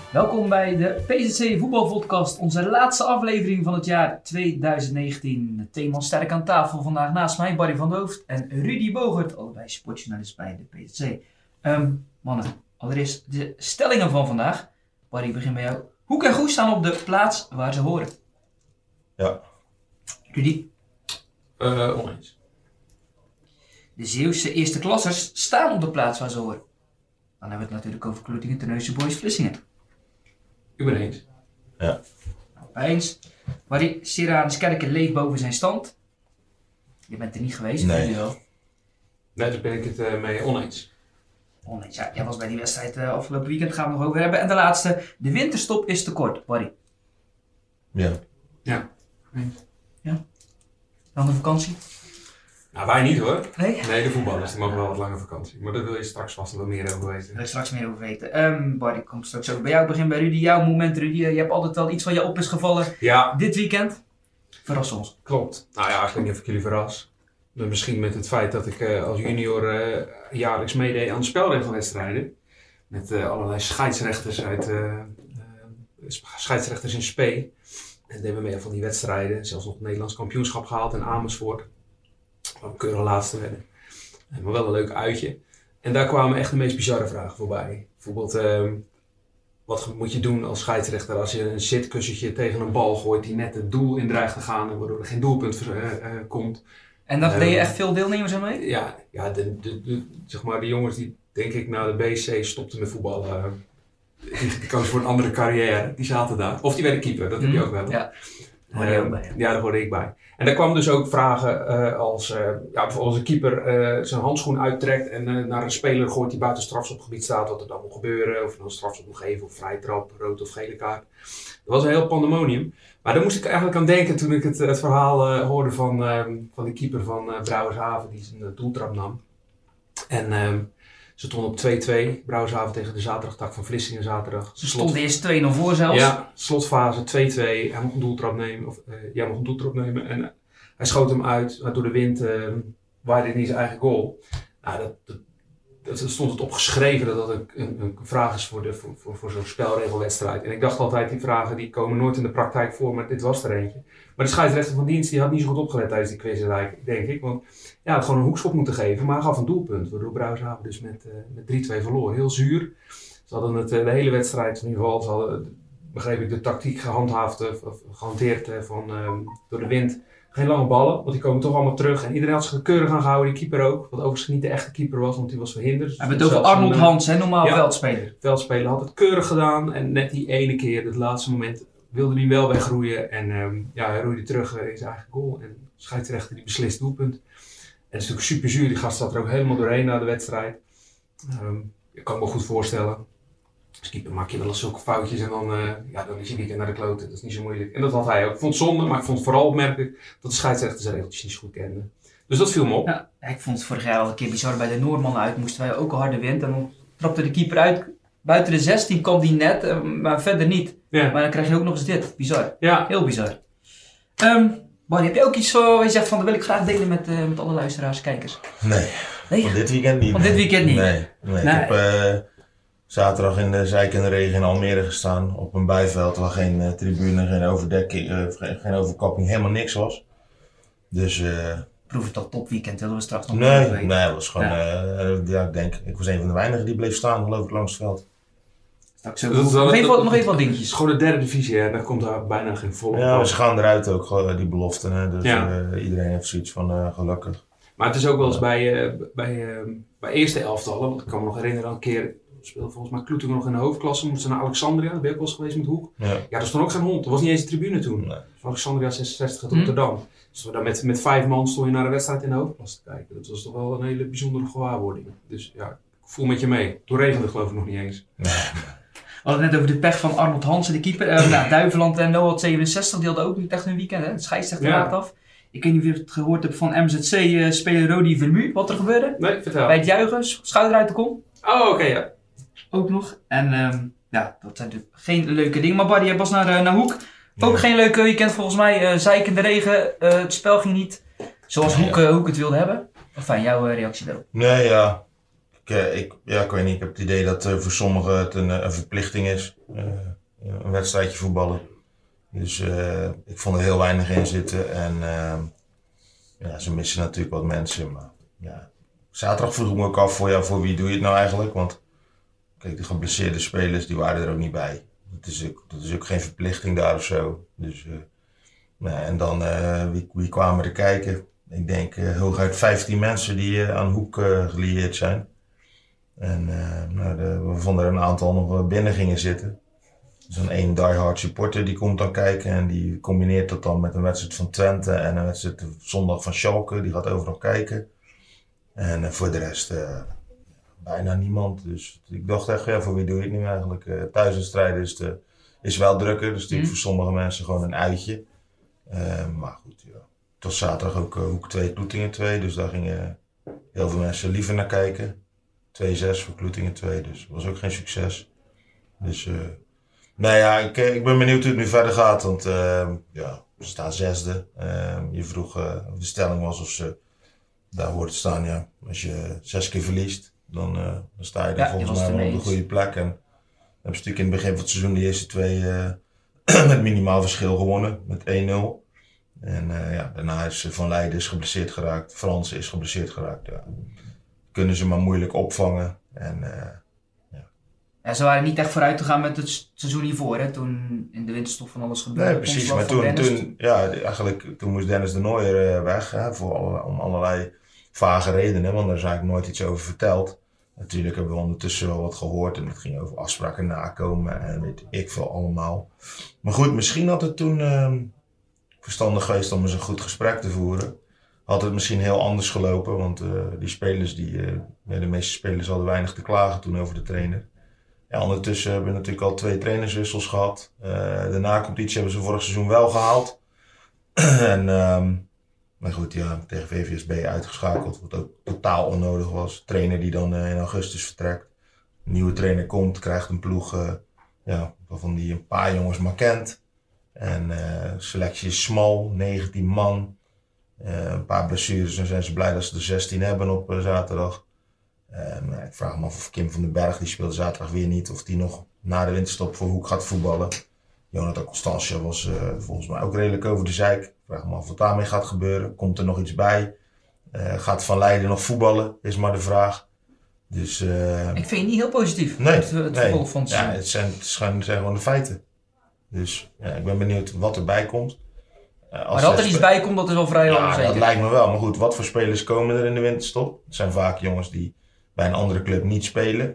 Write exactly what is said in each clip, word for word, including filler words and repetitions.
Welkom bij de P Z C Voetbalpodcast, onze laatste aflevering van het jaar twintig negentien. Thema sterk aan tafel vandaag naast mij, Barry van der Hoofd en Rudy Bogert, allebei sportjournalist bij de P Z C. Um, mannen, allereerst de stellingen van vandaag. Barry, ik begin bij jou. Hoek en Goes staan op de plaats waar ze horen. Ja. Rudy? Uh, oneens. De Zeeuwse eerste klassers staan op de plaats waar ze horen. Dan hebben we het natuurlijk over Kloetingen, Terneuzen, Boys, Vlissingen. Ik ben eens. Ja. Nou, eens. Barry, Seraniskerken leeft boven zijn stand. Je bent er niet geweest, nee. Vind je wel? Nee, daar ben ik het uh, mee oneens. Oneens, ja. Jij was bij die wedstrijd uh, afgelopen weekend, gaan we nog over hebben. En de laatste, de winterstop is te kort, Barry. Ja. Ja. Eens. Ja. Dan de vakantie? Nou, wij niet hoor. Nee? Nee, de voetballers die mogen wel wat langer vakantie. Maar daar wil je straks vast wel meer over weten. Daar wil ik straks meer over weten. Um, Barry, ik kom straks ook bij jou. Ik begin bij Rudy. Jouw moment, Rudy. Je hebt altijd wel iets van je op is gevallen Ja. dit weekend. Verras ons. Klopt. Nou ja, ik weet niet of ik jullie verras. Misschien met het feit dat ik uh, als junior uh, jaarlijks meedeed aan de spelregelwedstrijden. Met uh, allerlei scheidsrechters uit uh, uh, scheidsrechters in spe. En deden we mee van die wedstrijden. Zelfs nog het Nederlands kampioenschap gehaald in Amersfoort. Waar we keurig laatste werden. Maar wel een leuk uitje. En daar kwamen echt de meest bizarre vragen voorbij. Bijvoorbeeld, uh, wat moet je doen als scheidsrechter als je een zitkussentje tegen een bal gooit die net het doel in dreigt te gaan en waardoor er geen doelpunt uh, uh, komt. En daar Um, deed je echt veel deelnemers aan mee? Ja, ja de, de, de, zeg maar de jongens die denk ik na de B C stopten met voetballen. Uh, die, die kozen voor een andere carrière. Die zaten daar. Of die werden keeper, dat mm. heb je ook wel. Ja. Daar hoorde je ook bij. Ja. ja, daar hoorde ik bij. En daar kwamen dus ook vragen uh, als, uh, ja, bijvoorbeeld als een keeper uh, zijn handschoen uittrekt en uh, naar een speler gooit die buiten strafschopgebied staat, wat er dan moet gebeuren. Of je dan een strafschop moet geven, of vrije trap, rood of gele kaart. Dat was een heel pandemonium. Maar daar moest ik eigenlijk aan denken toen ik het, het verhaal uh, hoorde van, uh, van de keeper van uh, Brouwershaven die zijn uh, doeltrap nam. En uh, ze stonden op twee-twee, Brouwershaven tegen de zaterdagtak van Vlissingen zaterdag. Ze stonden eerst twee nul voor zelfs. Ja, slotfase twee-twee. Hij mocht een doeltrap nemen. Of, uh, ja, mocht een doeltrap nemen. En uh, hij schoot hem uit. Maar door de wind uh, waaide hij niet zijn eigen goal. Nou, dat, dat, dat stond het opgeschreven dat dat een, een, een vraag is voor, de, voor, voor, voor zo'n spelregelwedstrijd. En ik dacht altijd, die vragen die komen nooit in de praktijk voor. Maar dit was er eentje. Maar de scheidsrechter van dienst die had niet zo goed opgelet tijdens die quizerij, denk ik. Want ja, had gewoon een hoekschop moeten geven. Maar hij gaf een doelpunt. Waardoor Brouwershaven dus met, uh, met drie-twee verloor. Heel zuur. Ze hadden het, de hele wedstrijd in ieder geval, ze hadden, begreep ik, de tactiek gehandhaafd, of gehanteerd van um, door de wind. Geen lange ballen, want die komen toch allemaal terug. En iedereen had zich keurig aangehouden, die keeper ook. Wat overigens niet de echte keeper was, want die was verhinderd. We hebben het over Arnold Hans, hè, normaal ja, veldspeler. Veldspeler had het keurig gedaan. En net die ene keer, het laatste moment, wilde hij wel weggroeien. En um, ja, hij roeide terug in zijn eigen goal. En de scheidsrechter die beslist doelpunt. En het is natuurlijk super zuur, die gast zat er ook helemaal doorheen na de wedstrijd. Um, ik kan me goed voorstellen. Als keeper maak je wel eens zulke foutjes en dan, uh, ja, dan is je weekend naar de kloten. Dat is niet zo moeilijk. En dat had hij ook. Ik vond het zonde, maar ik vond het vooral opmerkelijk dat de scheidsrechter zijn regeltjes niet zo goed kende. Dus dat viel me op. Ja, ik vond het vorig jaar al een keer bizar. Bij de Noormannen uit moesten wij ook een harde wind. En dan trapte de keeper uit. Buiten de zestien kwam die net, maar verder niet. Ja. Maar dan krijg je ook nog eens dit. Bizar. Ja. Heel bizar. Um, Barry, heb je ook iets waar je zegt van, dat wil ik graag delen met, uh, met alle luisteraars en kijkers? Nee. nee. Van dit weekend niet. Van dit weekend niet? Nee. nee. nee. Ik heb uh, zaterdag in de zeikende regen in Almere gestaan. Op een bijveld waar geen uh, tribune, geen overdekking, uh, geen, geen overkapping, helemaal niks was. Dus... Uh, Proef het dat topweekend, willen we straks nog nee, weten. Nee, het was gewoon... Ja. Uh, ja, ik denk, ik was een van de weinigen die bleef staan, geloof ik, langs het veld. Straks ook. Nog, nog, even, wat, nog even wat dingetjes. Het is gewoon de derde divisie, hè. Daar komt daar bijna geen volle. Ja, maar ze gaan eruit ook, die beloften. Hè. Dus ja. uh, iedereen heeft zoiets van uh, gelukkig. Maar het is ook wel eens bij, uh, bij, uh, bij eerste elftallen, want ik kan me nog herinneren, een keer speelde volgens mij Kloetingen nog in de hoofdklasse, moesten ze naar Alexandria, daar ben ik ook wel eens geweest met Hoek. Ja, ja daar stond ook geen hond, er was niet eens een tribune toen. Nee. Alexandria zesenzestig uit Rotterdam. Hmm. Dus we daar met, met vijf man stond je naar de wedstrijd in de hoofdklasse te kijken. Dat was toch wel een hele bijzondere gewaarwording. Dus ja, ik voel met je mee. Toen regende het geloof ik nog niet eens. Nee. We hadden het net over de pech van Arnold Hansen, de keeper. Uh, nou, Duiveland en Noah zevenenzestig, die hadden ook niet echt hun weekend. Hè? De scheidsrechter ja. raakt af. Ik weet niet of je het gehoord hebt van M Z C-speler uh, Rodi Vermu, wat er gebeurde. Nee, vertel. Bij het juichen, schouder uit de kom. Oh, oké, okay, ja. Ook nog. En um, ja, dat zijn natuurlijk geen leuke dingen. Maar Barry, jij was naar, uh, naar Hoek. Ook ja. geen leuke weekend volgens mij. Uh, zeikende regen, uh, het spel ging niet zoals Hoek, uh, Hoek het wilde hebben. Fijn, jouw uh, reactie daarop? Nee, ja. Ik ik, ik, ja, ik weet niet, ik heb het idee dat uh, voor sommigen het een, een verplichting is. Uh, een wedstrijdje voetballen. Dus uh, ik vond er heel weinig in zitten. En uh, ja, ze missen natuurlijk wat mensen. Maar ja, zaterdag vroeg ik me ook af voor, ja, voor wie doe je het nou eigenlijk? Want kijk, de geblesseerde spelers die waren er ook niet bij. Dat is ook, dat is ook geen verplichting daar of zo. Dus, uh, nou, en dan, uh, wie, wie kwamen er kijken? Ik denk uh, hooguit vijftien mensen die uh, aan Hoek uh, gelieerd zijn. En uh, nou, de, we vonden er een aantal nog binnen gingen zitten. Zo'n één diehard supporter die komt dan kijken en die combineert dat dan met een wedstrijd van Twente en een wedstrijd zondag van Schalke. Die gaat overal kijken. En uh, voor de rest uh, bijna niemand. Dus ik dacht echt, ja, voor wie doe je het nu eigenlijk? Uh, thuiswedstrijden is, de, is wel drukker, dus natuurlijk mm. voor sommige mensen gewoon een uitje. Uh, maar goed, ja. Het was zaterdag ook uh, Hoek twee, Kloetingen twee, dus daar gingen heel veel mensen liever naar kijken. twee zes voor Kloetingen twee, dus dat was ook geen succes. Dus uh, nou ja, ik, ik ben benieuwd hoe het nu verder gaat, want uh, ja, we staan zesde. Uh, je vroeg uh, of de stelling was of ze daar hoort te staan, ja. Als je zes keer verliest, dan, uh, dan sta je er ja, volgens mij wel op de goede plek. En dan hebben ze natuurlijk in het begin van het seizoen de eerste twee uh, met minimaal verschil gewonnen, met één nul. En uh, ja, daarna is Van Leiden is geblesseerd geraakt, Frans is geblesseerd geraakt. Ja. Kunnen ze maar moeilijk opvangen. En, uh, ja. Ja, ze waren niet echt vooruit te gaan met het seizoen hiervoor, hè? Toen in de winterstop van alles gebeurde. Nee, precies. Maar toen, toen, ja, eigenlijk, toen moest Dennis de Nooijer uh, weg, hè, voor alle, om allerlei vage redenen, want daar is eigenlijk nooit iets over verteld. Natuurlijk hebben we ondertussen wel wat gehoord en het ging over afspraken nakomen en weet ik veel allemaal. Maar goed, misschien had het toen uh, verstandig geweest om eens een goed gesprek te voeren. Had het misschien heel anders gelopen, want uh, die spelers, die, uh, ja, de meeste spelers hadden weinig te klagen toen over de trainer. Ja, ondertussen hebben we natuurlijk al twee trainerswissels gehad. Uh, de na-competitie hebben ze vorig seizoen wel gehaald. en, um, maar goed, ja, tegen V V S B uitgeschakeld, wat ook totaal onnodig was. Trainer die dan uh, in augustus vertrekt. Een nieuwe trainer komt, krijgt een ploeg uh, ja, waarvan die een paar jongens maar kent. En uh, selectie is smal, negentien man. Uh, een paar blessures en zijn ze blij dat ze er zestien hebben op uh, zaterdag. Uh, ik vraag me af of Kim van den Berg, die speelde zaterdag weer niet, of die nog na de winterstop voor Hoek gaat voetballen. Jonathan Constantia was uh, volgens mij ook redelijk over de zeik. Ik vraag me af wat daarmee gaat gebeuren. Komt er nog iets bij? Uh, gaat Van Leiden nog voetballen? Is maar de vraag. Dus, uh, ik vind het niet heel positief. Nee, het, het nee. vervolg van het ja, het zijn, het zijn gewoon de feiten. Dus ja, ik ben benieuwd wat erbij komt. Uh, maar dat er iets bij komt, dat is al vrij ja, lang zeker. Dat lijkt me wel. Maar goed, wat voor spelers komen er in de winterstop? Het zijn vaak jongens die bij een andere club niet spelen.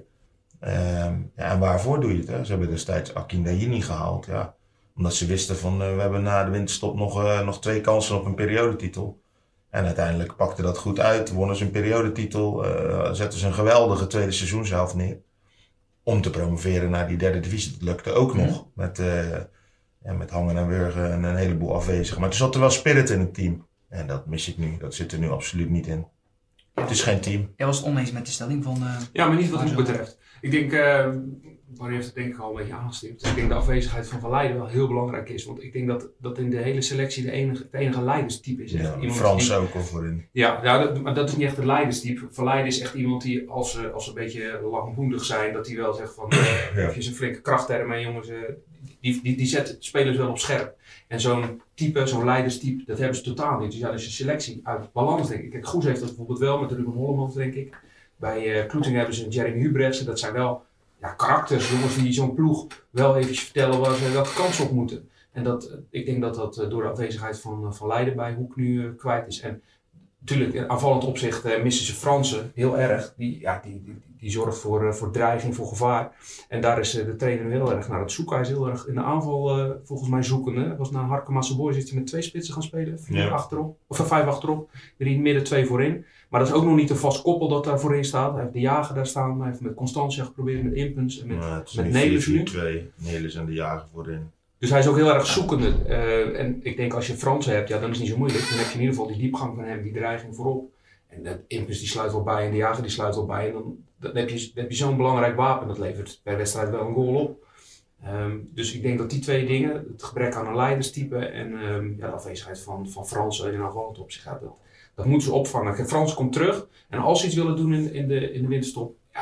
Um, ja, en waarvoor doe je het? Hè? Ze hebben destijds Akin Dayini gehaald. Ja. Omdat ze wisten van, uh, we hebben na de winterstop nog, uh, nog twee kansen op een periodetitel. En uiteindelijk pakte dat goed uit. Wonnen ze een periodetitel. Uh, zetten ze een geweldige tweede seizoenshelft neer. Om te promoveren naar die derde divisie. Dat lukte ook mm. nog. Met... Uh, Ja, met hangen en wurgen en een heleboel afwezig. Maar er zat er wel spirit in het team. En dat mis ik nu. Dat zit er nu absoluut niet in. Het is geen team. Jij was het oneens met de stelling van... Uh, ja, maar niet wat het betreft. Ik denk, uh, Barry heeft het denk ik al een beetje aangestipt. Ik denk de afwezigheid van Van Leiden wel heel belangrijk is. Want ik denk dat, dat in de hele selectie de enige, het enige leiderstype is. Ja, iemand Frans die, ook al voorin. Ja, ja dat, maar dat is niet echt het leiderstype. Van Leiden is echt iemand die, als ze, als ze een beetje langmoedig zijn, dat hij wel zegt van... Uh, ja. Even een flinke krachtterm en jongens... Uh, Die, die, die zet spelers wel op scherp. En zo'n type, zo'n leiderstype, dat hebben ze totaal niet. Dus ja, dat is een selectie uit balans, denk ik. Kijk, Goes heeft dat bijvoorbeeld wel met Ruben Hollemans, denk ik. Bij uh, Kloetingen hebben ze Jeremy Hubrechtsen. Dat zijn wel ja, karakters, jongens die zo'n ploeg wel even vertellen waar ze welke kans op moeten. En dat, ik denk dat dat uh, door de afwezigheid van, uh, van Leiden bij Hoek nu uh, kwijt is. En natuurlijk, in aanvallend opzicht uh, missen ze Fransen heel erg. Die, ja, die, die, die zorgt voor, uh, voor dreiging, voor gevaar. En daar is uh, de trainer heel erg naar het zoeken. Hij is heel erg in de aanval uh, volgens mij zoekende. Hij was na Harkemasse Boys is hij met twee spitsen gaan spelen. Vier ja. achterop, of uh, vijf achterop. Drie midden, twee voorin. Maar dat is ook nog niet een vast koppel dat daar voorin staat. Hij heeft de Jager daar staan. Hij heeft met Constantia geprobeerd, met Impens en met, ja, met Nelis nu. twee Nelis en de Jager voorin. Dus hij is ook heel erg zoekende. Uh, en ik denk als je Fransen hebt, ja, dan is het niet zo moeilijk. Dan heb je in ieder geval die diepgang van hem, die dreiging voorop. En de Impens die sluit wel bij en de Jager die sluit wel bij. En dan, dan heb je, dan heb je zo'n belangrijk wapen. Dat levert per wedstrijd wel een goal op. Um, dus ik denk dat die twee dingen, het gebrek aan een leiderstype en um, ja, de afwezigheid van, van Fransen in aanvallend opzicht, ja, dat, dat moeten ze opvangen. Frans komt terug en als ze iets willen doen in, in, de, in de winterstop,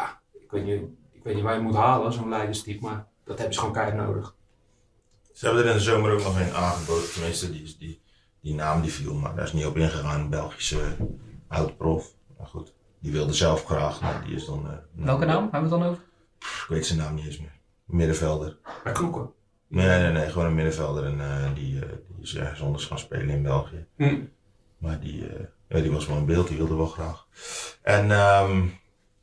weet niet, ik weet niet waar je moet halen, zo'n leiderstype, maar dat hebben ze gewoon keihard nodig. Ze hebben er in de zomer ook nog een aangeboden, tenminste die, die, die naam die viel, maar daar is niet op ingegaan, een Belgische oud-prof. Maar goed, die wilde zelf graag, maar die is dan... Uh, Welke naam hebben we het dan over? Ik weet zijn naam niet eens meer. Middenvelder. Bij Knoeken? Nee, nee, nee, gewoon een middenvelder en uh, die, uh, die is ergens anders gaan spelen in België. Hm. Maar die, uh, ja, die was wel in beeld, die wilde wel graag. En um,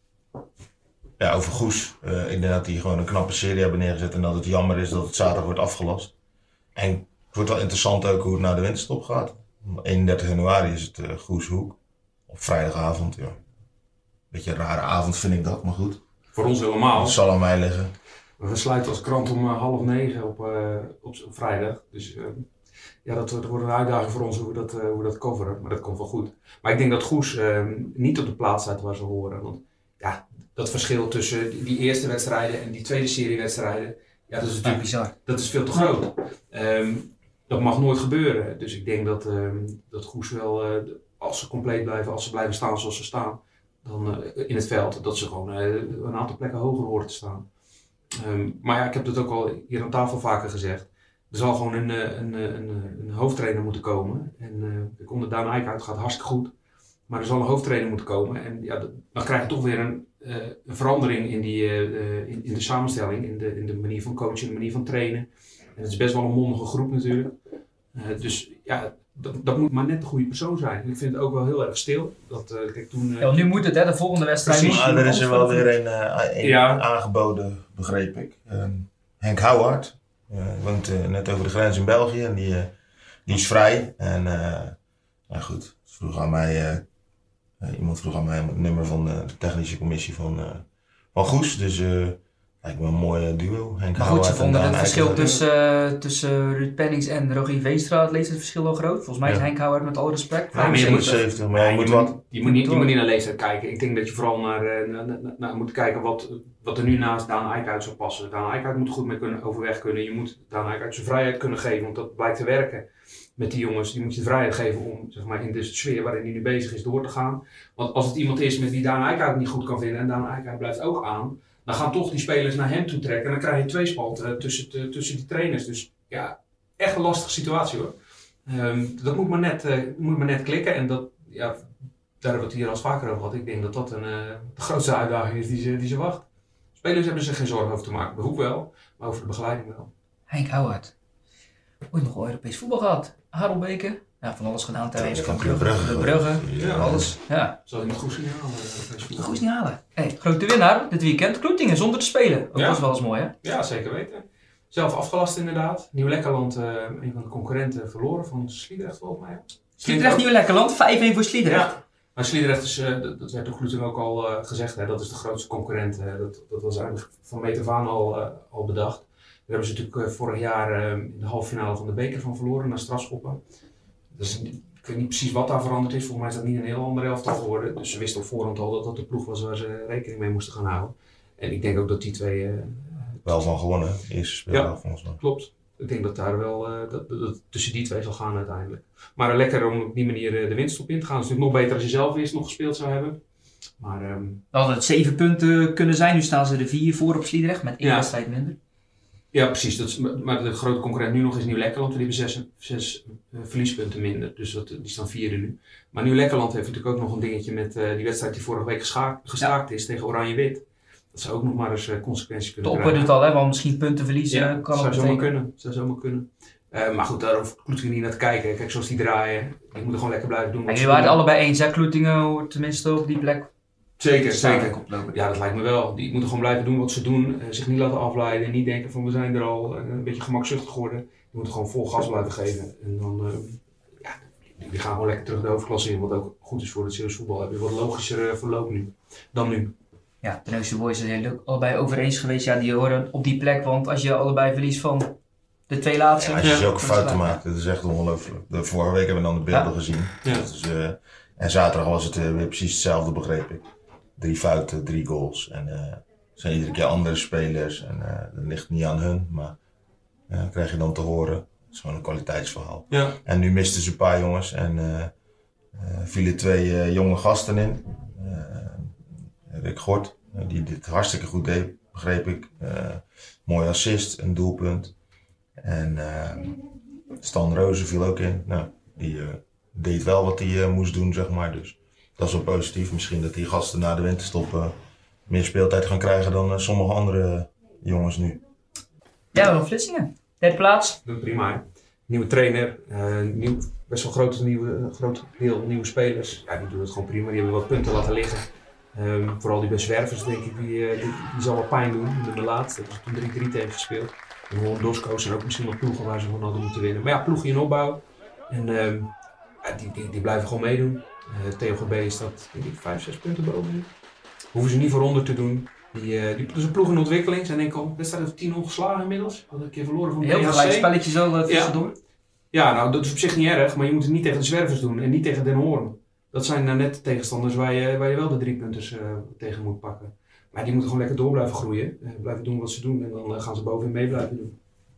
ja, over Goes. Uh, ik denk dat die gewoon een knappe serie hebben neergezet en dat het jammer is dat het zaterdag wordt afgelast. En het wordt wel interessant ook hoe het naar de winterstop gaat. eenendertig januari is het uh, Goeshoek. Op vrijdagavond, ja. Beetje een rare avond vind ik dat, maar goed. Voor ons helemaal. Het zal aan mij liggen. We sluiten als krant om uh, half negen op, uh, op, op vrijdag. Dus uh, ja, dat, dat wordt een uitdaging voor ons hoe we dat, uh, hoe we dat coveren. Maar dat komt wel goed. Maar ik denk dat Goes uh, niet op de plaats staat waar ze horen. Want ja, dat verschil tussen die, die eerste wedstrijden en die tweede serie wedstrijden. Ja, dat is natuurlijk bizar. Dat is veel te groot. Um, dat mag nooit gebeuren. Dus ik denk dat, um, dat Goes wel, uh, als ze compleet blijven, als ze blijven staan zoals ze staan. Dan uh, in het veld, dat ze gewoon uh, een aantal plekken hoger horen te staan. Um, maar ja, ik heb het ook al hier aan tafel vaker gezegd. Er zal gewoon een, een, een, een hoofdtrainer moeten komen. En uh, ik kom er Daan Eickhout, gaat hartstikke goed. Maar er zal een hoofdtrainer moeten komen. En ja, dan krijg je toch weer een, uh, een verandering in, die, uh, in, in de samenstelling. In de, in de manier van coachen, in de manier van trainen. En het is best wel een mondige groep natuurlijk. Uh, dus ja, dat, dat moet maar net de goede persoon zijn. En ik vind het ook wel heel erg stil. Dat, uh, kijk, toen, uh, ja, nu moet het, hè, de volgende wedstrijd. Precies, maar er is er wel weer een, uh, een ja. aangeboden, begreep ik. Um, Henk Houwaard. Uh, woont uh, net over de grens in België en die, uh, die is vrij. En uh, nou goed, vroeg aan mij, uh, uh, iemand vroeg aan mij het nummer van uh, de technische commissie van, uh, van Goes. Dus uh, lijkt me een mooi duo. Henk Maar goed, ze Houwaard vonden en het Daan verschil Eickhout. tussen, uh, tussen Ruud Pennings en Rogier Veenstra, het leeftijdsverschil al groot. Volgens mij is Ja. Henk Houwaard met alle respect. Ja, maar je moet- vijfenzeventig, maar je Ja, moet je, wat. moet, je, moet niet, je moet niet naar leeftijd kijken. Ik denk dat je vooral naar, uh, naar, naar, naar moet kijken wat, wat er nu naast Daan Eickhout zou passen. Daan Eickhout moet er goed mee kunnen, overweg kunnen. Je moet Daan Eickhout zijn vrijheid kunnen geven, want dat blijkt te werken met die jongens. Die moet je de vrijheid geven om zeg maar, in de sfeer waarin hij nu bezig is door te gaan. Want als het iemand is met wie Daan Eickhout niet goed kan vinden en Daan Eickhout blijft ook aan, dan gaan toch die spelers naar hem toe trekken. En dan krijg je twee spalten tussen, te, tussen die trainers. Dus ja, echt een lastige situatie hoor. Um, dat moet maar, net, uh, moet maar net klikken. En dat, ja, daar hebben we het hier al eens vaker over gehad. Ik denk dat dat een, uh, de grootste uitdaging is die ze, die ze wacht. Spelers hebben zich geen zorgen over te maken. De Hoek wel, maar over de begeleiding wel. Henk Houwaard. Ooit nog wel Europees voetbal gehad. Harelbeke. Ja, van alles gedaan tijdens Van van Club Brugge. Brugge. De Brugge. Ja. Alles. Ja. Zal hij niet goed zien halen? Uh, Goed niet halen. Hey, grote winnaar dit weekend. Kloetingen zonder te spelen. Ook Ja. dat is wel eens mooi, hè? Ja, zeker weten. Zelf afgelast inderdaad. Nieuw-Lekkerland, uh, een van de concurrenten, verloren van Sliedrecht volgens mij. Sliedrecht, Nieuw-Lekkerland. vijf-een voor Sliedrecht. Ja. Maar Sliedrecht is, uh, dat, dat werd door Kloeting ook al uh, gezegd, hè, dat is de grootste concurrent. Uh, dat, dat was eigenlijk van meet af aan al, uh, al bedacht. Daar hebben ze natuurlijk uh, vorig jaar uh, in de halve finale van de beker van verloren naar strafschoppen. Dus, ik weet niet precies wat daar veranderd is. Volgens mij is dat niet een heel ander elftal geworden. Dus ze wisten op voorhand al dat dat de ploeg was waar ze rekening mee moesten gaan houden. En ik denk ook dat die twee... Uh, Wel van gewonnen, eerste speeldag Ja. volgens mij. Klopt. Ik denk dat daar wel uh, dat, dat, dat tussen die twee zal gaan uiteindelijk. Maar uh, lekker om op die manier uh, de winststop in te gaan. Het is natuurlijk nog beter als je zelf eerst nog gespeeld zou hebben. Maar um, Dan had het zeven punten kunnen zijn. Nu staan ze er vier voor op Sliedrecht met één Ja. wedstrijd minder. ja, precies. Dat is, maar de grote concurrent nu nog is Nieuw-Lekkerland. Die hebben zes, zes uh, verliespunten minder. Dus dat, die staan vierde nu. Maar Nieuw-Lekkerland heeft natuurlijk ook nog een dingetje met uh, die wedstrijd die vorige week geschaakt, gestaakt is tegen Oranje-Wit. Dat zou ook nog maar eens uh, consequenties kunnen Topper krijgen. doet al, hè? Want misschien punten verliezen Ja, kan zou het zomaar betekenen. kunnen. Zou zomaar kunnen. Uh, maar goed, daar hoeft Kloetingen niet naar te kijken. Kijk, zoals die draaien. Die moeten gewoon lekker blijven doen. En wat ze jullie waren doen. het allebei eens, hè? Kloetingen hoort tenminste op die plek. Zeker, Staan zeker. koploper. Ja, dat lijkt me wel. Die moeten gewoon blijven doen wat ze doen. Uh, zich niet laten afleiden. Niet denken van we zijn er al. Uh, een beetje gemakzuchtig geworden. Die moeten gewoon vol gas blijven geven. En dan, uh, ja, die gaan gewoon lekker terug de hoofdklasse in. Wat ook goed is voor het Zeeuws voetbal. Heb je wat logischer uh, verloop nu dan nu. Ja, de Neusje Boys zijn jullie ook allebei over eens geweest. Ja, die horen op die plek. Want als je allebei verliest van de twee laatste. Ja, als je Ja. zulke dan is fouten het maakt, dat is echt ongelooflijk. De vorige week hebben we dan de beelden Ja. gezien. Ja. Dat is, uh, en zaterdag was het uh, weer precies hetzelfde, begreep ik. Drie fouten, drie goals. En uh, zijn iedere keer andere spelers. En uh, dat ligt niet aan hun, maar uh, krijg je dan te horen. Het is gewoon een kwaliteitsverhaal. Ja. En nu misten ze een paar jongens en uh, uh, vielen twee uh, jonge gasten in. Uh, Rick Gort, uh, die dit hartstikke goed deed, begreep ik. Uh, mooi assist, een doelpunt. En uh, Stan Rozen viel ook in. Nou, die uh, deed wel wat hij uh, moest doen, zeg maar. Dus dat is wel positief. Misschien dat die gasten na de winterstop uh, meer speeltijd gaan krijgen dan uh, sommige andere uh, jongens nu. Ja, dan Vlissingen. Derde plaats. Dat prima, hè? Nieuwe trainer, uh, nieuw, best wel groot, nieuwe, groot deel nieuwe spelers. Ja, die doen het gewoon prima. Die hebben wat punten laten liggen. Um, vooral die bij Zwervers, denk ik, die, uh, die, die zal wel pijn doen. De laatste, dat is toen drie drie tegen gespeeld. En Holland Dosko's zijn ook misschien wel ploegen waar ze van hadden moeten winnen. Maar ja, ploegen in opbouw. En um, ja, die, die, die blijven gewoon meedoen. Uh, T O G B staat, denk ik, vijf, zes punten boven. Hoeven ze niet voor onder te doen. Die, uh, die, dus een ploeg in ontwikkeling. Zijn denk ik al wedstrijd of tien ongeslagen inmiddels. Hadden een keer verloren van de heel veel spelletjes al uh, tussendoor. Ja. ja, nou dat is op zich niet erg. Maar je moet het niet tegen de Zwervers doen. En niet tegen Den Hoorn. Dat zijn uh, net de tegenstanders waar je, waar je wel de drie punten uh, tegen moet pakken. Maar die moeten gewoon lekker door blijven groeien. Uh, blijven doen wat ze doen. En dan uh, gaan ze bovenin mee blijven doen.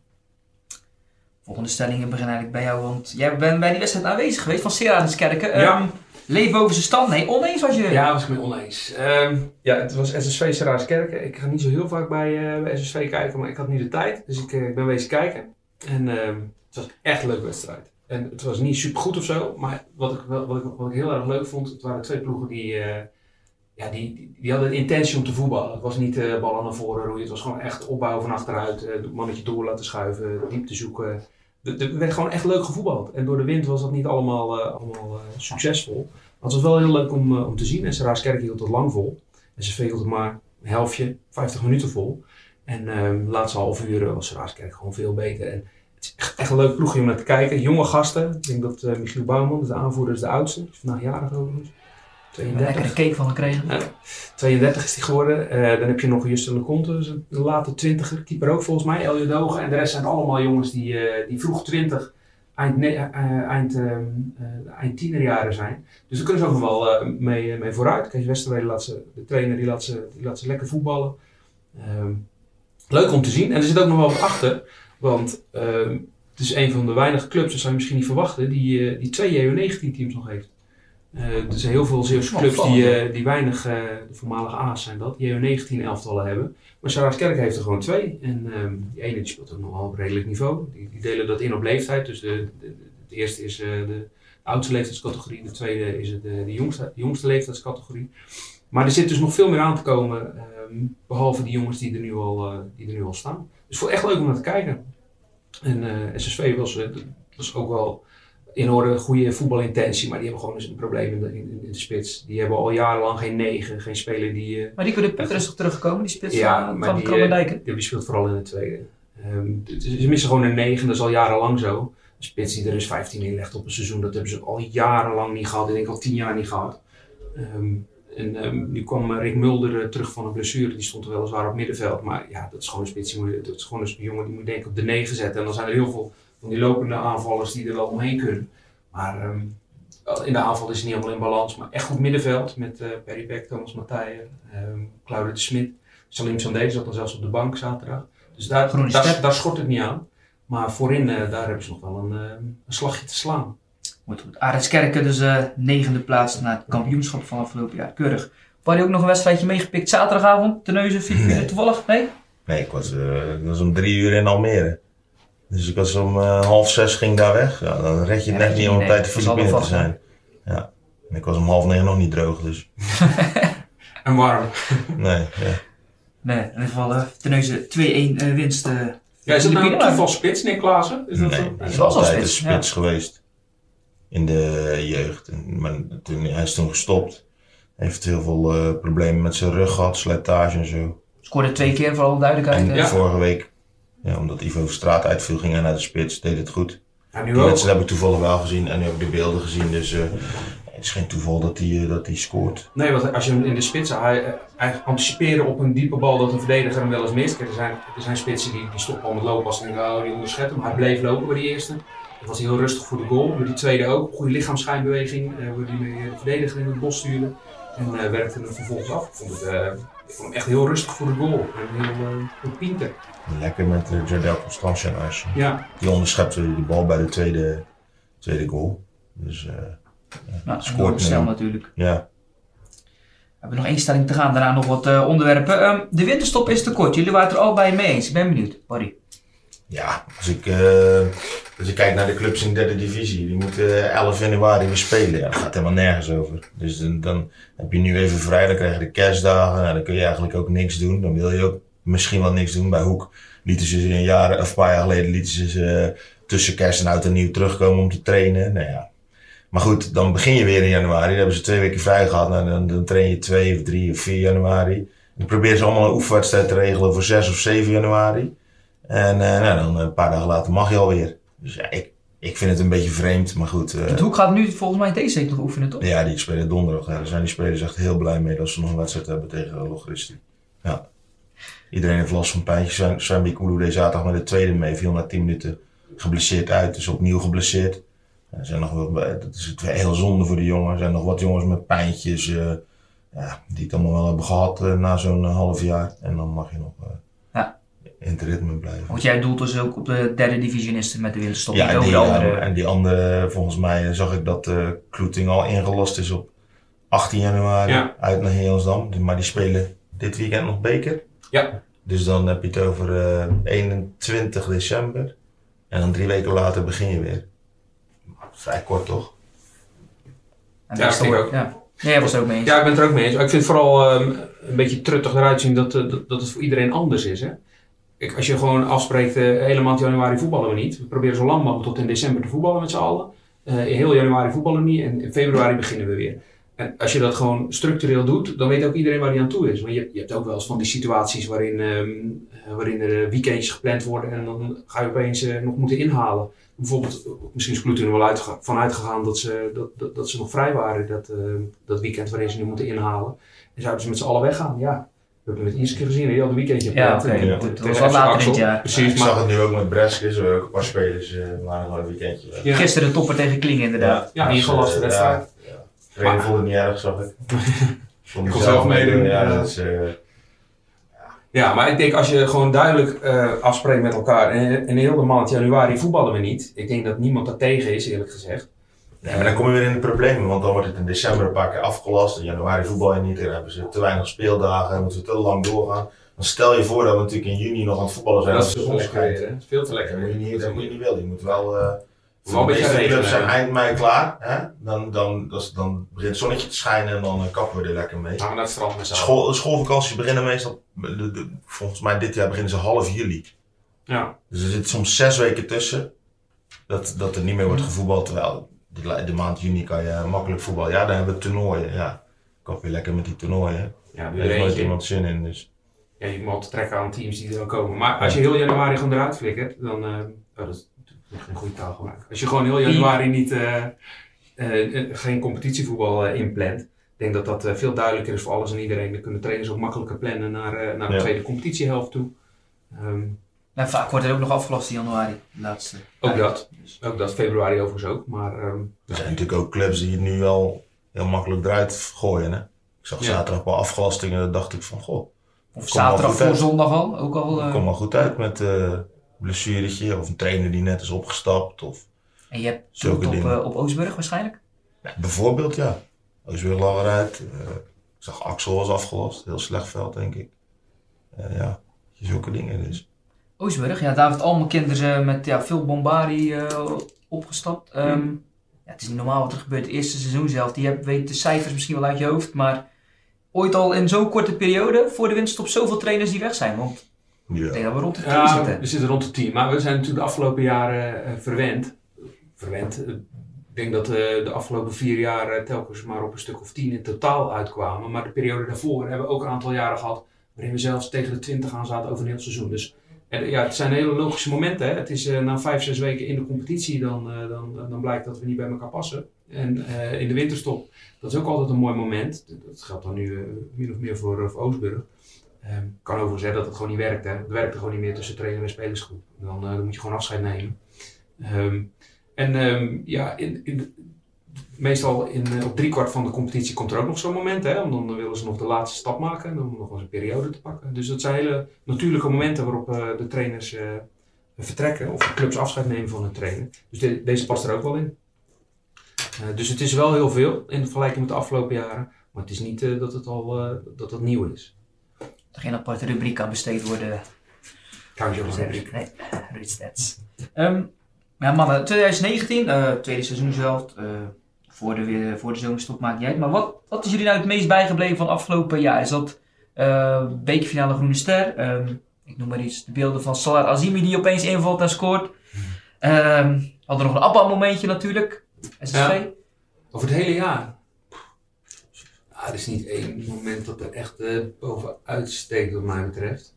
Volgende stellingen beginnen eigenlijk bij jou. Want jij bent bij die wedstrijd aanwezig geweest van Seraniskerken. Ja. Um, Leef boven zijn stand? Nee, oneens was je? Ja, was ik mee oneens. Um, ja, het was S S V Seraniskerken. Ik ga niet zo heel vaak bij, uh, bij S S V kijken, maar ik had nu de tijd. Dus ik, uh, ik ben wezen kijken. En uh, het was echt een leuke wedstrijd. En het was niet super goed of zo, maar wat ik, wat, ik, wat ik heel erg leuk vond, het waren twee ploegen die, uh, ja, die, die, die hadden de intentie om te voetballen. Het was niet uh, ballen naar voren roeien, het was gewoon echt opbouwen van achteruit, uh, het mannetje door laten schuiven, diep te zoeken. Er werd gewoon echt leuk gevoetbald. En door de wind was dat niet allemaal, uh, allemaal uh, succesvol. Maar het was wel heel leuk om, uh, om te zien. En Seraniskerken hield het lang vol. S S V hield het maar een helftje, vijftig minuten vol. En uh, de laatste half uur was Seraniskerken gewoon veel beter. En het is echt, echt een leuk ploegje om naar te kijken. Jonge gasten. Ik denk dat uh, Michiel Bouwman, de aanvoerder, is de oudste. Hij is vandaag jarig overigens. tweeëndertig. Lekker een cake van gekregen. Ja, tweeëndertig is hij geworden. Uh, dan heb je nog Justin Leconte, dus een late twintiger. Keeper ook volgens mij. Elje Dogen. En de rest zijn allemaal jongens die, uh, die vroeg twintig, eind, ne- uh, eind, uh, uh, eind tienerjaren zijn. Dus daar kunnen ze ook nog wel uh, mee, mee vooruit. Kees Westerwede laat ze, de trainer, die laat ze, die laat ze lekker voetballen. Uh, leuk om te zien. En er zit ook nog wel wat achter. Want uh, het is een van de weinige clubs, dat zou je misschien niet verwachten, die, uh, die twee J O negentien teams nog heeft. Uh, er zijn heel veel Zeeuwse clubs die, uh, die weinig, uh, de voormalige A's zijn dat, J O negentien elftallen hebben. Maar Seraniskerken heeft er gewoon twee. En um, die ene die speelt ook nog wel op redelijk niveau. Die, die delen dat in op leeftijd. Dus de, de, de eerste is uh, de oudste leeftijdscategorie. De tweede is de, de, jongste, de jongste leeftijdscategorie. Maar er zit dus nog veel meer aan te komen. Um, behalve die jongens die er, nu al, uh, die er nu al staan. Dus voor echt leuk om naar te kijken. En uh, S S V was, uh, was ook wel in orde, goede voetbalintentie, maar die hebben gewoon eens een probleem in de, in, in de spits. Die hebben al jarenlang geen negen, geen speler die... Uh, maar die kunnen Putter is toch teruggekomen, die spits ja, van, maar van die, Krommerdijken? Uh, die, die speelt vooral in de tweede. Um, ze missen gewoon een negen, dat is al jarenlang zo. Een spits die er is vijftien inlegt op een seizoen, dat hebben ze al jarenlang niet gehad. Ik denk al tien jaar niet gehad. Um, en um, nu kwam Rick Mulder uh, terug van een blessure, die stond er weliswaar op middenveld. Maar ja, dat is gewoon een spits, die moet, dat is gewoon een jongen die moet denk ik op de negen zetten. En dan zijn er heel veel van die lopende aanvallers die er wel omheen kunnen. Maar um, in de aanval is het niet helemaal in balans. Maar echt goed middenveld met uh, Perry Beck, Thomas Matthijs, um, Claude de Smit. Salim Sandé zat dan zelfs op de bank zaterdag. Dus daar, daar, daar schort het niet aan. Maar voorin, uh, daar hebben ze nog wel een, uh, een slagje te slaan. Goed, goed. Arendskerken dus uh, negende plaats na het kampioenschap van afgelopen jaar. Keurig. Had je ook nog een wedstrijdje meegepikt zaterdagavond? Terneuzen, vier nee. toevallig? Nee? Nee, ik was, uh, ik was om drie uur in Almere. Dus ik was om uh, half zes ging daar weg. Ja, dan red je het ja, net niet om op tijd de Filipijnen te zijn. Ja. En ik was om half negen nog niet droog, dus. En warm. Nee, ja. Nee, in ieder geval uh, Terneuzen twee-één uh, winst. Uh, ja, is dat nou een toeval spits, Nick Klaassen? Is dat nee, hij is altijd een spits ja. geweest. In de jeugd. En, maar toen, hij is toen gestopt. Hij heeft heel veel uh, problemen met zijn rug gehad, slijtage en zo. Scoorde twee keer voor alle duidelijkheid. En ja. vorige week. Ja, omdat Ivo Straat uitviel, ging hij naar de spits, deed het goed. Ja, nu die ook. wedstrijd heb ik toevallig wel gezien en nu heb ik de beelden gezien, dus uh, het is geen toeval dat hij uh, dat hij scoort. Nee, want als je hem in de spits, hij, hij anticiperen op een diepe bal dat een verdediger hem wel eens mist. Kijk, er zijn, er zijn spitsen die, die stoppen al met lopen als ze denken, oh, die onderschept hem. Hij bleef lopen bij die eerste. Dat was heel rustig voor de goal. Bij die tweede ook, goede lichaamsschijnbeweging, uh, waar die mee de verdediger in het bos stuurde. En uh, werkte hem vervolgens af. Ik vond, het, uh, ik vond hem echt heel rustig voor de goal. En heel, uh, heel pinter. Lekker met uh, Jardel Constance en Arsje. Ja. Die onderschepte de bal bij de tweede, tweede goal. Dus uh, nou, scoort snel natuurlijk. Ja. We hebben nog één stelling te gaan, daarna nog wat uh, onderwerpen. Um, de winterstop is te kort. Jullie waren het er al bij mee eens. Ik ben benieuwd. Barry. Ja, als ik, uh, als ik kijk naar de clubs in de derde divisie, die moeten elf januari weer spelen. Ja, dat gaat helemaal nergens over. Dus dan, dan heb je nu even vrij, dan krijg je de kerstdagen. Nou, dan kun je eigenlijk ook niks doen. Dan wil je ook misschien wel niks doen. Bij Hoek lieten ze een jaar of een paar jaar geleden lieten ze ze tussen kerst en oud en nieuw terugkomen om te trainen. Nou ja. Maar goed, dan begin je weer in januari. Dan hebben ze twee weken vrij gehad. Nou, dan, dan train je twee of drie of vier januari. Dan proberen ze allemaal een oefenwedstrijd te regelen voor zes of zeven januari. En uh, nou, dan een paar dagen later mag je alweer. Dus ja, ik, ik vind het een beetje vreemd, maar goed. Uh, het Hoek gaat nu volgens mij deze week nog oefenen, toch? Ja, die spelen donderdag. Ja. Daar zijn die spelers echt heel blij mee dat ze nog een wedstrijd hebben tegen Lochristi. Ja. Iedereen heeft last van pijntjes. Sven Bikulu deed zaterdag met de tweede mee. Viel na tien minuten geblesseerd uit. Dus opnieuw geblesseerd. Er zijn nog wel, dat is heel zonde voor de jongen. Er zijn nog wat jongens met pijntjes. Uh, ja, die het allemaal wel hebben gehad uh, na zo'n uh, half jaar. En dan mag je nog uh, ja. in het ritme blijven. Want jij doelt dus ook op de derde divisionisten met de winterstop. Ja, en die, andere... ja, en die andere, volgens mij zag ik dat uh, Kloeting al ingelast is op achttien januari. Ja. Uit naar Heelsdam. Maar die spelen dit weekend nog beker. Ja. Dus dan heb je het over uh, eenentwintig december. En dan drie weken later begin je weer. Vrij kort toch? En ja, dat vind ik ook. Ja. Ja, jij was er ook mee eens. Ja, ik ben het er ook mee eens. Ik vind het vooral um, een beetje truttig eruit zien dat, uh, dat, dat het voor iedereen anders is. Hè? Kijk, als je gewoon afspreekt, uh, hele maand januari voetballen we niet. We proberen zo lang mogelijk tot in december te voetballen met z'n allen. Uh, in heel januari voetballen we niet en in februari beginnen we weer. En als je dat gewoon structureel doet, dan weet ook iedereen waar hij aan toe is. Maar je, je hebt ook wel eens van die situaties waarin, um, waarin er weekendjes gepland worden en dan ga je opeens uh, nog moeten inhalen. Bijvoorbeeld, misschien is Kloeting er wel uit, van uitgegaan dat ze, dat, dat, dat ze nog vrij waren dat, uh, dat weekend waarin ze nu moeten inhalen. En zouden ze met z'n allen weggaan, ja. We hebben het iedere keer gezien, je had een weekendje ja, oké. Okay. Ja. Het was wel later dit jaar. Precies, ja, ik maar... zag het nu ook met Breskis, er ook een paar spelers uh, waren gewoon een weekendje weg. Ja. Gisteren de topper tegen Klingen inderdaad. Ja, ja ingelaste wedstrijd. Ja, ja. Trainer vond het niet erg, zag ik. Vond ik kon zelf meedoen. Ja, dat is... Uh, Ja, maar ik denk als je gewoon duidelijk uh, afspreekt met elkaar en in heel de maand januari voetballen we niet. Ik denk dat niemand daar tegen is, eerlijk gezegd. Ja, maar dan kom je weer in de problemen, want dan wordt het in december een paar keer afgelast. In januari voetbal je niet, dan hebben ze te weinig speeldagen, dan moeten ze te lang doorgaan. Dan stel je voor dat we natuurlijk in juni nog aan het voetballen zijn. Dat is veel te lekker, hè? Veel te lekker. Dat moet je niet, dat moet je niet willen. Je moet wel... Uh, Voor de meeste clubs zijn eind mei klaar. Hè? Dan, dan, dan, dan begint het zonnetje te schijnen en dan uh, kappen we er lekker mee. Gaan we naar het strand met z'n School, de schoolvakanties beginnen meestal, de, de, volgens mij dit jaar beginnen ze half juli. Ja. Dus er zit soms zes weken tussen dat, dat er niet meer wordt gevoetbald. Terwijl de, de maand juni kan je makkelijk voetballen. Ja, dan hebben we toernooien. Ja, kap je lekker met die toernooien. Ja, daar heeft nooit iemand zin in. Dus. Ja, je moet trekken aan teams die er dan komen. Maar als je heel januari gewoon eruit flikkert, dan... Uh, oh, dat is geen goede taal gebruiken. Als je gewoon heel januari niet, uh, uh, geen competitievoetbal uh, inplant, ik denk dat dat uh, veel duidelijker is voor alles en iedereen. Dan kunnen trainers ook makkelijker plannen naar, uh, naar de ja. tweede competitiehelft toe. Um, ja, vaak wordt er ook nog afgelast in januari, de laatste. Ook dat. Ook dat, februari overigens ook. Maar, um, er zijn natuurlijk ook clubs die het nu wel heel makkelijk eruit gooien. Hè? Ik zag ja. zaterdag wel afgelastingen, dan dacht ik van goh. Of zaterdag voor uit. zondag al, ook al. Uh... Kom wel goed uit met... Uh, blessuretje of een trainer die net is opgestapt. Of en je hebt zulke op, uh, op Oostburg waarschijnlijk? Ja, bijvoorbeeld ja. Oostburg lag eruit. Uh, ik zag Axel was afgelast. Heel slecht veld denk ik. Uh, ja, zulke dingen dus. Oostburg, ja, David Almenkind is uh, met ja, veel bombardie uh, opgestapt. Um, mm. ja, het is niet normaal wat er gebeurt. Het eerste seizoen zelf. Die heb, weet de cijfers misschien wel uit je hoofd. Maar ooit al in zo'n korte periode voor de winterstop zoveel trainers die weg zijn. Want ja. Ik denk dat we rond de tien ja, zitten. We zitten rond de tien, maar we zijn natuurlijk de afgelopen jaren uh, verwend. verwend. Ik denk dat uh, de afgelopen vier jaar uh, telkens maar op een stuk of tien in totaal uitkwamen. Maar de periode daarvoor hebben we ook een aantal jaren gehad waarin we zelfs tegen de twintig aan zaten over een heel seizoen. Dus en, ja, het zijn hele logische momenten. Hè. Het is uh, na vijf, zes weken in de competitie dan, uh, dan, dan blijkt dat we niet bij elkaar passen. En uh, in de winterstop, dat is ook altijd een mooi moment. Dat geldt dan nu uh, min of meer voor, uh, voor Oostburg. Ik um, kan overigens zeggen dat het gewoon niet werkt. Hè. Het werkt er gewoon niet meer tussen trainer en spelersgroep. Dan, uh, dan moet je gewoon afscheid nemen. Um, en um, ja, in, in, meestal in, uh, op driekwart van de competitie komt er ook nog zo'n moment. Hè, want dan willen ze nog de laatste stap maken. Om nog eens een periode te pakken. Dus dat zijn hele natuurlijke momenten waarop uh, de trainers uh, vertrekken. Of de clubs afscheid nemen van hun trainer. Dus de, deze past er ook wel in. Uh, dus het is wel heel veel in vergelijking met de afgelopen jaren. Maar het is niet uh, dat het al uh, dat het nieuw is. Er geen aparte rubriek aan besteed worden. Rubriek. Nee, Ruud Stats. Um, ja mannen, twintig negentien, uh, tweede seizoen zelf. Uh, voor, de, voor de zomerstop maakt niet uit. Maar wat, wat is jullie nou het meest bijgebleven van afgelopen jaar? Is dat uh, bekerfinale Groene Ster? Um, ik noem maar iets. De beelden van Salah Azimi die opeens invalt en scoort. Um, hadden nog een Abba momentje natuurlijk. S S V. Ja, over het hele jaar. Ah, er is niet één moment dat er echt uh, bovenuit steekt wat mij betreft.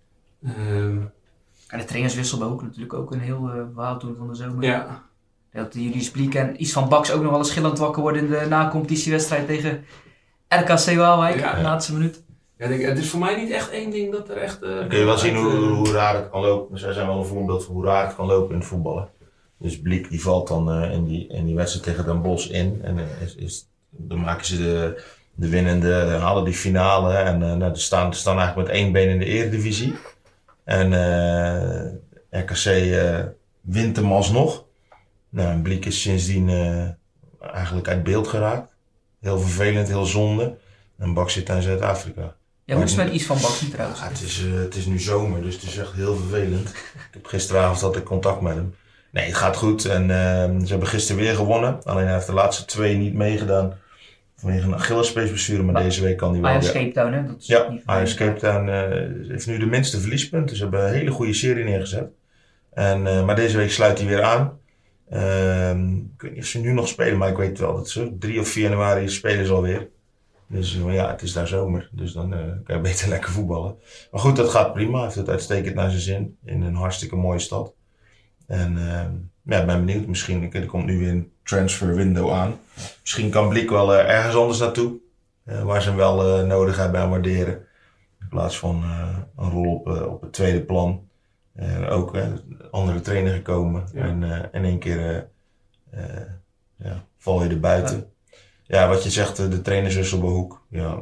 Um, en de trainerswissel bij Hoek natuurlijk ook een heel uh, verhaal toen van de zomer. Ja. Dat jullie Spliek en iets van Baks ook nog wel eens schillend wakker worden in de na-competitiewedstrijd tegen R K C Waalwijk. Ja. De laatste minuut. Ja, denk, het is voor mij niet echt één ding dat er echt... Uh, kun je wel zien uit, hoe, uh, hoe raar het kan lopen. Dus zij zijn wel een voorbeeld van hoe raar het kan lopen in het voetballen. Dus Bliek die valt dan uh, in, die, in die wedstrijd tegen Den Bosch in. En uh, is, is, dan maken ze de, de winnende, halen die finale. En uh, nou, staan, staan eigenlijk met één been in de eredivisie. En uh, R K C uh, wint hem alsnog. Nou, en Bliek is sindsdien uh, eigenlijk uit beeld geraakt. Heel vervelend, heel zonde. En Bak zit in Zuid-Afrika. Ja, hoe is het met iets van Baks trouwens? Ja, het, is, uh, het is nu zomer, dus het is echt heel vervelend. Ik heb gisteravond had ik contact met hem. Nee, het gaat goed. En uh, ze hebben gisteren weer gewonnen. Alleen hij heeft de laatste twee niet meegedaan. Vanwege een Achillespeesblessure, maar, maar deze week kan hij wel. Ajax Cape Town, hè? Dat is ja, Ajax Cape Town uh, heeft nu de minste verliespunten. Ze hebben een hele goede serie neergezet. En, uh, maar deze week sluit hij weer aan. Uh, ik weet niet of ze nu nog spelen, maar ik weet wel dat ze drie of vier januari spelen ze alweer. Dus uh, ja, het is daar zomer. Dus dan uh, kan je beter lekker voetballen. Maar goed, dat gaat prima. Hij heeft het uitstekend naar zijn zin. In een hartstikke mooie stad. En uh, ja, ik ben benieuwd. Misschien, er komt nu weer een transfer window aan. Misschien kan Bliek wel uh, ergens anders naartoe. Uh, waar ze hem wel uh, nodig hebben en waarderen. In plaats van uh, een rol op, uh, op het tweede plan. Uh, ook uh, een andere trainer gekomen. Ja. En uh, in één keer uh, uh, ja, val je er buiten. Ja. ja, wat je zegt, uh, de trainerswissel bij Hoek. Ja,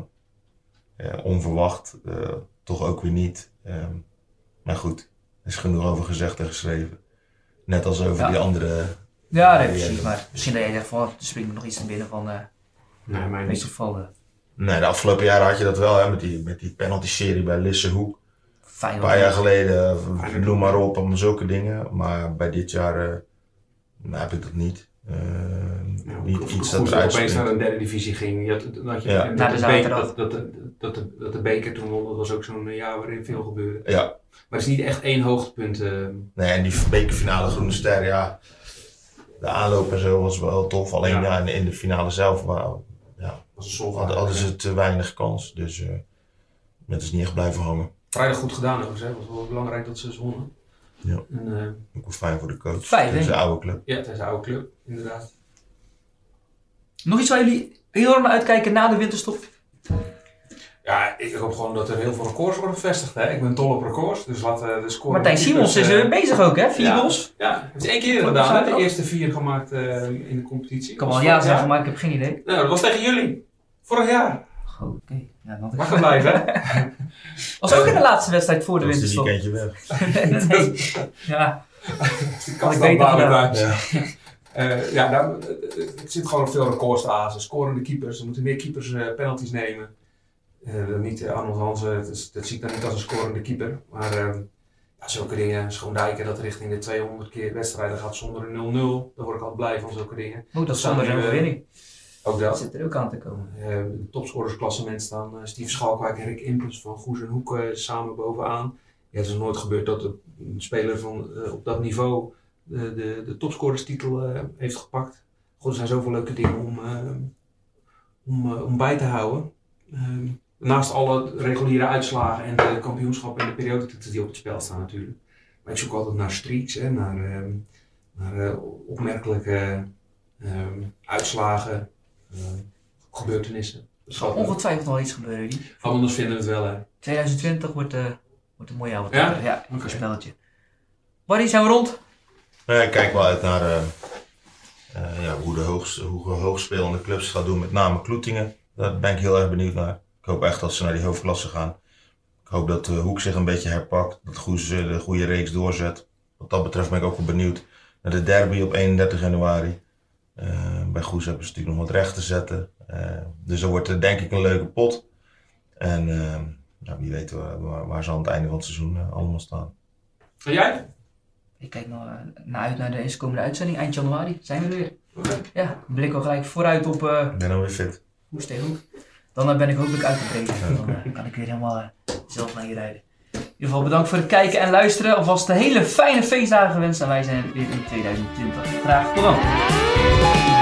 ja, onverwacht. Uh, toch ook weer niet. Um, maar goed, er is genoeg over gezegd en geschreven. Net als over ja. die andere... Ja, nee, precies. Maar misschien dat jij zegt van, er springt nog iets naar binnen van... Uh, nee, maar meestal vallen. Nee, de afgelopen jaren had je dat wel, hè, met die, met die penalty-serie bij Lisse Hoek. Fijn, een paar jaar geleden, uh, noem maar op, om zulke dingen. Maar bij dit jaar uh, nou, heb ik dat niet. Uh, ja, niet of, iets of, dat eruit opeens naar een derde divisie ging. Je had, dat, je, ja. dat, Na de beker, dat, dat, dat, dat, de, dat de beker toen won, dat was ook zo'n jaar waarin veel gebeurde. Ja. Maar het is niet echt één hoogtepunt. Uh... Nee, en die bekerfinale Groene Ster, ja. De aanloop en zo was wel tof. Alleen ja. Ja, in, in de finale zelf waar, ja, hadden, hadden ze te weinig kans. Dus uh, het is niet echt blijven hangen. Vrijdag goed gedaan overigens, hè. Het was wel belangrijk dat ze ze wonnen. Ja, en, uh, ook wel fijn voor de coach. Fijn, het is een oude club. Ja, het is een oude club, inderdaad. Nog iets waar jullie heel erg naar uitkijken na de winterstop? Ja, ik hoop gewoon dat er heel veel records worden bevestigd. Hè. Ik ben dol op records, dus laten de score... Martijn Simons is uh, bezig ook, hè? Vier ja, goals. Ja, het is één keer gedaan, de eerste vier gemaakt uh, in de competitie. Ik kan wel ja zeggen, maar ik heb geen idee. Nou, dat was tegen jullie. Vorig jaar. Oh, oké. Okay. Ja, dan mag het blijven, hè? Was ook in de laatste wedstrijd voor de winterstop. Dat is een weekendje weg. nee, nee. Ja. Ik kan het beter gedaan. Ja. Uh, ja, nou, het zit gewoon op veel records te azen. Scorende keepers, er moeten meer keepers uh, penalties nemen. Uh, niet uh, Arnold Hansen, dat, is, dat zie ik dan niet als een scorende keeper. Maar uh, ja, zulke dingen, Schoondijken dat richting de tweehonderd keer wedstrijden gaat zonder een nul nul. Daar word ik altijd blij van, zulke dingen. Oeh, dat is zonder een overwinning. Ook dat. Dat zit er ook aan te komen. Uh, in het topscorersklassement staan uh, Steve Schalkwijk en Rick Impels van Goes en Hoek uh, samen bovenaan. Ja, het is nooit gebeurd dat een speler van, uh, op dat niveau de, de, de topscorerstitel uh, heeft gepakt. God, er zijn zoveel leuke dingen om, uh, om, uh, om bij te houden. Uh, naast alle reguliere uitslagen en de kampioenschappen en de periodetitels die op het spel staan natuurlijk. Maar ik zoek altijd naar streaks, hè, naar, uh, naar uh, opmerkelijke uh, uitslagen, uh, gebeurtenissen. Er zal ongetwijfeld wel iets gebeuren, Rudy. Anders vinden we het wel, hè. twintig twintig wordt, uh, wordt een mooie avond. Ja? Ja, een okay. spelletje. Barry, zijn we rond? Nou, ik kijk wel uit naar uh, uh, ja, hoe de hoogst, hoe hoogspelende clubs gaan doen, met name Kloetingen. Daar ben ik heel erg benieuwd naar. Ik hoop echt dat ze naar die hoofdklasse gaan. Ik hoop dat uh, Hoek zich een beetje herpakt, dat Goes uh, de goede reeks doorzet. Wat dat betreft ben ik ook wel benieuwd naar de derby op eenendertig januari. Uh, bij Goes hebben ze natuurlijk nog wat recht te zetten. Uh, dus dat wordt uh, denk ik een leuke pot. En uh, nou, wie weet waar, waar, waar ze aan het einde van het seizoen uh, allemaal staan. En jij? Ik kijk nog uh, naar uit naar de eerstkomende uitzending. Eind januari zijn we er weer. Okay. Ja, blik al gelijk vooruit op... Uh, ik ben dan weer fit. Goes tegen Hoek. Dan uh, ben ik hopelijk uitgebreken. Ja. Dan uh, kan ik weer helemaal uh, zelf naar je rijden. In ieder geval bedankt voor het kijken en luisteren. Alvast een hele fijne feestdagen gewenst. En wij zijn weer in tweeduizend twintig. Graag tot dan.